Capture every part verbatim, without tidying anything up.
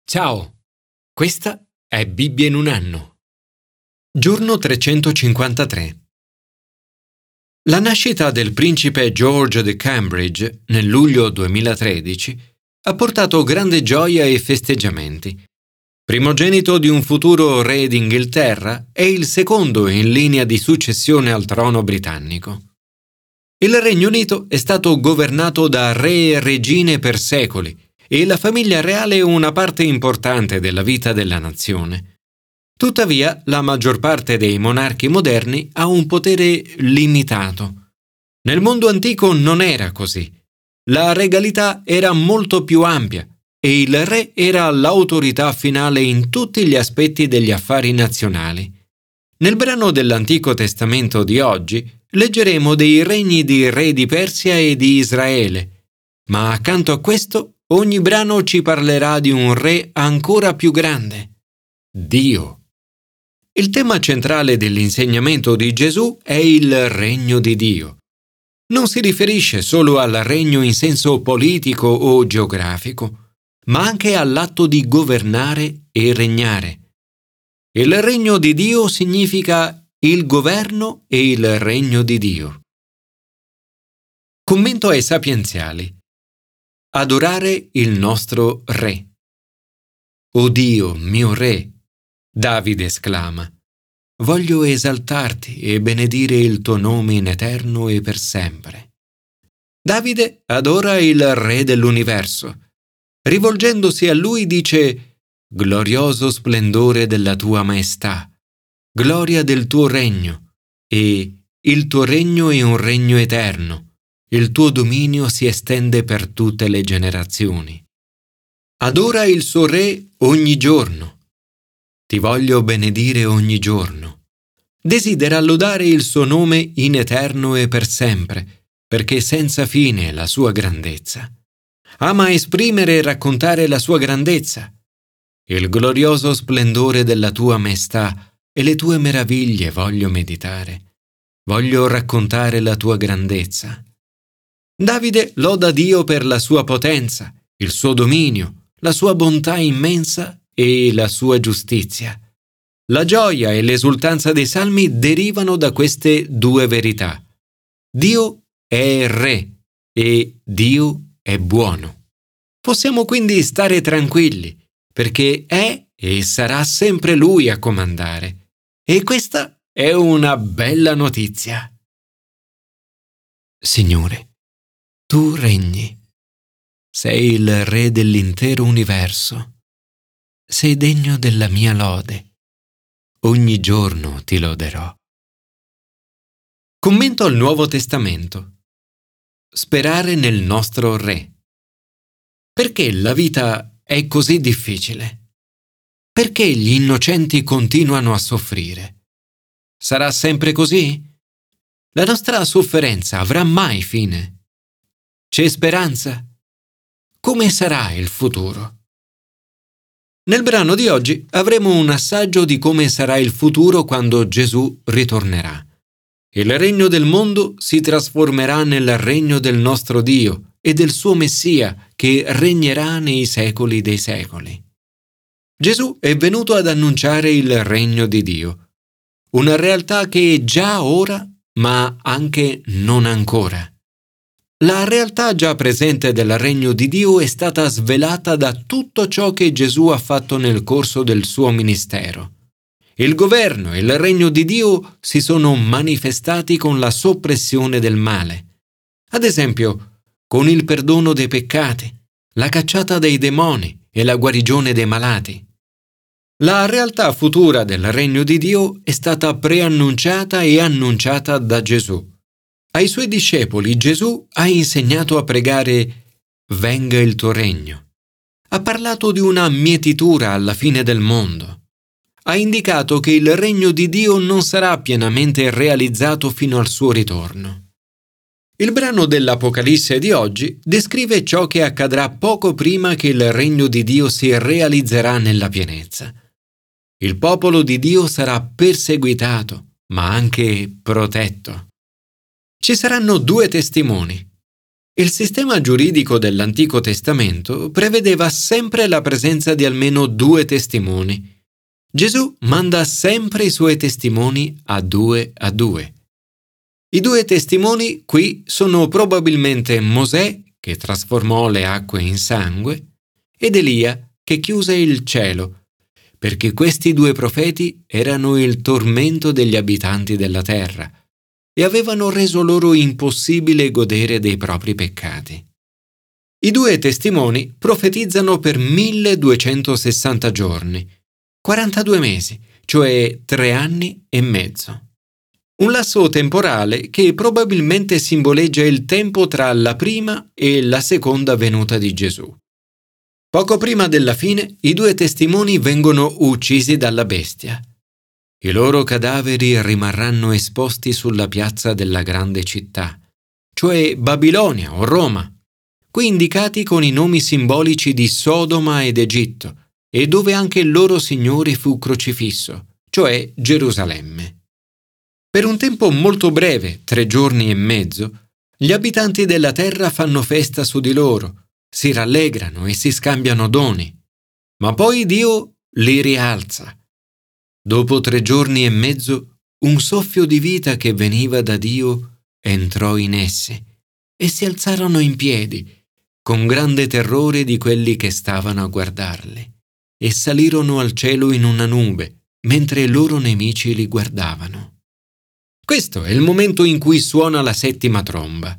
Ciao, questa è Bibbia in un anno. Giorno trecentocinquantatré. La nascita del principe George di Cambridge nel luglio duemilatredici ha portato grande gioia e festeggiamenti. Primogenito di un futuro re d'Inghilterra, è il secondo in linea di successione al trono britannico. Il Regno Unito è stato governato da re e regine per secoli e la famiglia reale è una parte importante della vita della nazione. Tuttavia, la maggior parte dei monarchi moderni ha un potere limitato. Nel mondo antico non era così. La regalità era molto più ampia e il re era l'autorità finale in tutti gli aspetti degli affari nazionali. Nel brano dell'Antico Testamento di oggi leggeremo dei regni di re di Persia e di Israele, ma accanto a questo ogni brano ci parlerà di un re ancora più grande, Dio. Il tema centrale dell'insegnamento di Gesù è il regno di Dio. Non si riferisce solo al regno in senso politico o geografico, ma anche all'atto di governare e regnare. Il regno di Dio significa il governo e il regno di Dio. Commento ai sapienziali. Adorare il nostro Re. O Dio, mio Re, Davide esclama, voglio esaltarti e benedire il tuo nome in eterno e per sempre. Davide adora il Re dell'universo. Rivolgendosi a lui dice, glorioso splendore della tua maestà, gloria del tuo regno, e il tuo regno è un regno eterno. Il tuo dominio si estende per tutte le generazioni. Adora il suo Re ogni giorno. Ti voglio benedire ogni giorno. Desidera lodare il suo nome in eterno e per sempre, perché senza fine è la sua grandezza. Ama esprimere e raccontare la sua grandezza. Il glorioso splendore della tua maestà e le tue meraviglie voglio meditare. Voglio raccontare la tua grandezza. Davide loda Dio per la sua potenza, il suo dominio, la sua bontà immensa e la sua giustizia. La gioia e l'esultanza dei salmi derivano da queste due verità. Dio è Re e Dio è buono. Possiamo quindi stare tranquilli, perché è e sarà sempre Lui a comandare. E questa è una bella notizia. Signore, tu regni. Sei il Re dell'intero universo. Sei degno della mia lode. Ogni giorno ti loderò. Commento al Nuovo Testamento. Sperare nel nostro Re. Perché la vita è così difficile? Perché gli innocenti continuano a soffrire? Sarà sempre così? La nostra sofferenza avrà mai fine? C'è speranza? Come sarà il futuro? Nel brano di oggi avremo un assaggio di come sarà il futuro quando Gesù ritornerà. Il regno del mondo si trasformerà nel regno del nostro Dio e del suo Messia che regnerà nei secoli dei secoli. Gesù è venuto ad annunciare il regno di Dio, una realtà che è già ora, ma anche non ancora. La realtà già presente del regno di Dio è stata svelata da tutto ciò che Gesù ha fatto nel corso del suo ministero. Il governo e il regno di Dio si sono manifestati con la soppressione del male. Ad esempio, con il perdono dei peccati, la cacciata dei demoni e la guarigione dei malati. La realtà futura del regno di Dio è stata preannunciata e annunciata da Gesù. Ai suoi discepoli Gesù ha insegnato a pregare «Venga il tuo regno». Ha parlato di una mietitura alla fine del mondo. Ha indicato che il regno di Dio non sarà pienamente realizzato fino al suo ritorno. Il brano dell'Apocalisse di oggi descrive ciò che accadrà poco prima che il regno di Dio si realizzerà nella pienezza. Il popolo di Dio sarà perseguitato, ma anche protetto. Ci saranno due testimoni. Il sistema giuridico dell'Antico Testamento prevedeva sempre la presenza di almeno due testimoni. Gesù manda sempre i suoi testimoni a due a due. I due testimoni qui sono probabilmente Mosè, che trasformò le acque in sangue, ed Elia, che chiuse il cielo, perché questi due profeti erano il tormento degli abitanti della terra e avevano reso loro impossibile godere dei propri peccati. I due testimoni profetizzano per milleduecentosessanta giorni, quarantadue mesi, cioè tre anni e mezzo. Un lasso temporale che probabilmente simboleggia il tempo tra la prima e la seconda venuta di Gesù. Poco prima della fine, i due testimoni vengono uccisi dalla bestia. I loro cadaveri rimarranno esposti sulla piazza della grande città, cioè Babilonia o Roma, qui indicati con i nomi simbolici di Sodoma ed Egitto, e dove anche il loro Signore fu crocifisso, cioè Gerusalemme. Per un tempo molto breve, tre giorni e mezzo, gli abitanti della terra fanno festa su di loro, si rallegrano e si scambiano doni, ma poi Dio li rialza. Dopo tre giorni e mezzo, un soffio di vita che veniva da Dio entrò in essi e si alzarono in piedi, con grande terrore di quelli che stavano a guardarli, e salirono al cielo in una nube, mentre i loro nemici li guardavano. Questo è il momento in cui suona la settima tromba.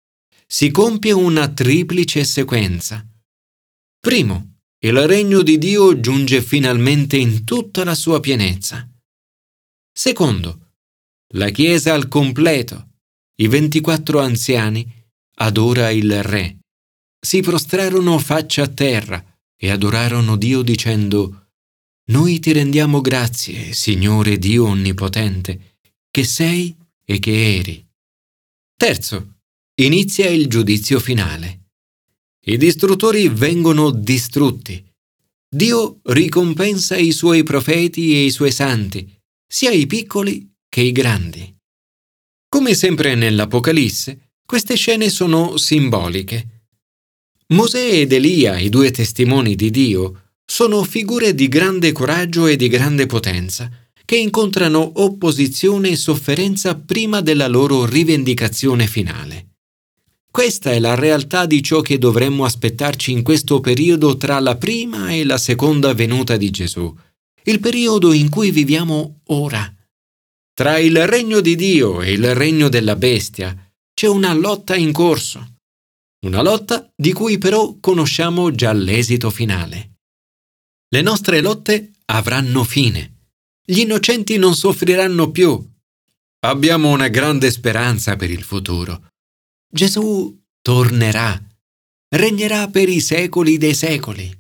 Si compie una triplice sequenza. Primo, il regno di Dio giunge finalmente in tutta la sua pienezza. Secondo, la Chiesa al completo, i ventiquattro anziani, adora il Re. Si prostrarono faccia a terra e adorarono Dio dicendo: «Noi ti rendiamo grazie, Signore Dio Onnipotente, che sei e che eri». Terzo, inizia il giudizio finale. I distruttori vengono distrutti. Dio ricompensa i suoi profeti e i suoi santi, sia i piccoli che i grandi. Come sempre nell'Apocalisse, queste scene sono simboliche. Mosè ed Elia, i due testimoni di Dio, sono figure di grande coraggio e di grande potenza, che incontrano opposizione e sofferenza prima della loro rivendicazione finale. Questa è la realtà di ciò che dovremmo aspettarci in questo periodo tra la prima e la seconda venuta di Gesù, il periodo in cui viviamo ora. Tra il regno di Dio e il regno della bestia c'è una lotta in corso. Una lotta di cui però conosciamo già l'esito finale. Le nostre lotte avranno fine. Gli innocenti non soffriranno più. Abbiamo una grande speranza per il futuro. Gesù tornerà, regnerà per i secoli dei secoli.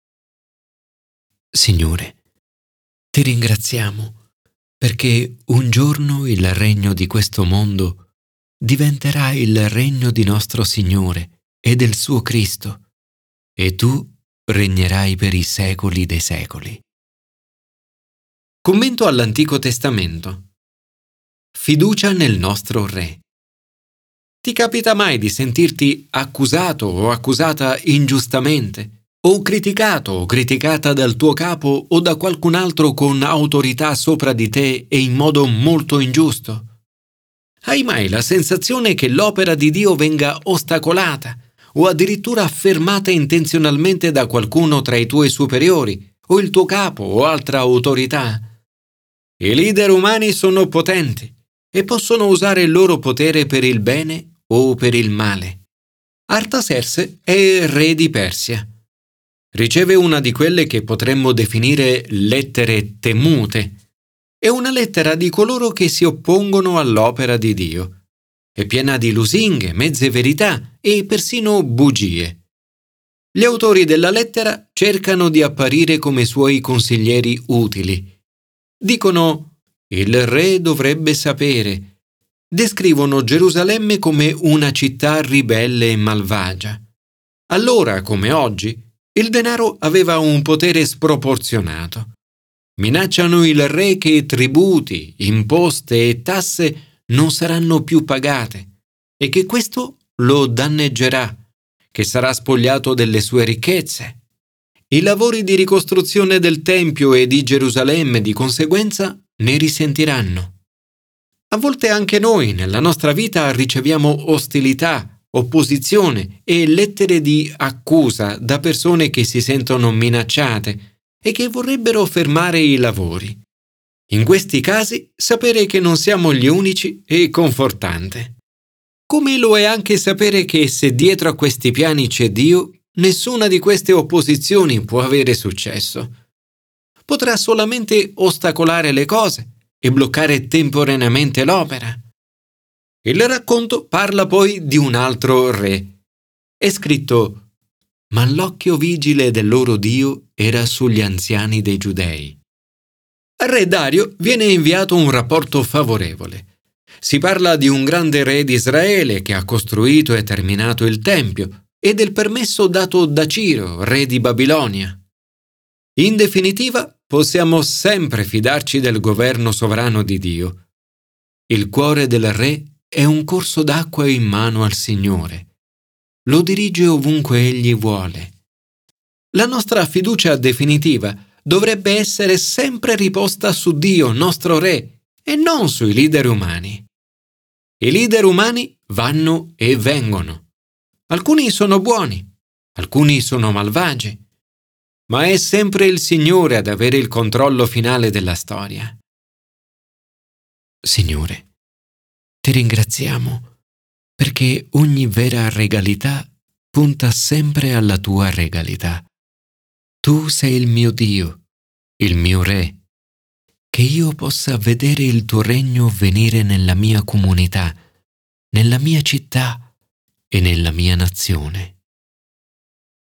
Signore, ti ringraziamo perché un giorno il regno di questo mondo diventerà il regno di nostro Signore e del suo Cristo, e tu regnerai per i secoli dei secoli. Commento all'Antico Testamento. Fiducia nel nostro Re. Ti capita mai di sentirti accusato o accusata ingiustamente, o criticato o criticata dal tuo capo o da qualcun altro con autorità sopra di te e in modo molto ingiusto? Hai mai la sensazione che l'opera di Dio venga ostacolata o addirittura fermata intenzionalmente da qualcuno tra i tuoi superiori o il tuo capo o altra autorità? I leader umani sono potenti e possono usare il loro potere per il bene o per il male. Artaserse è re di Persia. Riceve una di quelle che potremmo definire lettere temute. È una lettera di coloro che si oppongono all'opera di Dio. È piena di lusinghe, mezze verità e persino bugie. Gli autori della lettera cercano di apparire come suoi consiglieri utili. Dicono: «Il re dovrebbe sapere». Descrivono Gerusalemme come una città ribelle e malvagia. Allora, come oggi, il denaro aveva un potere sproporzionato. Minacciano il re che tributi, imposte e tasse non saranno più pagate e che questo lo danneggerà, che sarà spogliato delle sue ricchezze. I lavori di ricostruzione del Tempio e di Gerusalemme, di conseguenza, ne risentiranno. A volte anche noi, nella nostra vita, riceviamo ostilità, opposizione e lettere di accusa da persone che si sentono minacciate e che vorrebbero fermare i lavori. In questi casi, sapere che non siamo gli unici è confortante. Come lo è anche sapere che se dietro a questi piani c'è Dio, nessuna di queste opposizioni può avere successo. Potrà solamente ostacolare le cose e bloccare temporaneamente l'opera. Il racconto parla poi di un altro re. È scritto: «Ma l'occhio vigile del loro Dio era sugli anziani dei Giudei». Al re Dario viene inviato un rapporto favorevole. Si parla di un grande re di Israele che ha costruito e terminato il Tempio e del permesso dato da Ciro, re di Babilonia. In definitiva, possiamo sempre fidarci del governo sovrano di Dio. Il cuore del re è un corso d'acqua in mano al Signore. Lo dirige ovunque egli vuole. La nostra fiducia definitiva dovrebbe essere sempre riposta su Dio, nostro Re, e non sui leader umani. I leader umani vanno e vengono. Alcuni sono buoni, alcuni sono malvagi, ma è sempre il Signore ad avere il controllo finale della storia. Signore, ti ringraziamo perché ogni vera regalità punta sempre alla tua regalità. Tu sei il mio Dio, il mio Re, che io possa vedere il tuo regno venire nella mia comunità, nella mia città e nella mia nazione.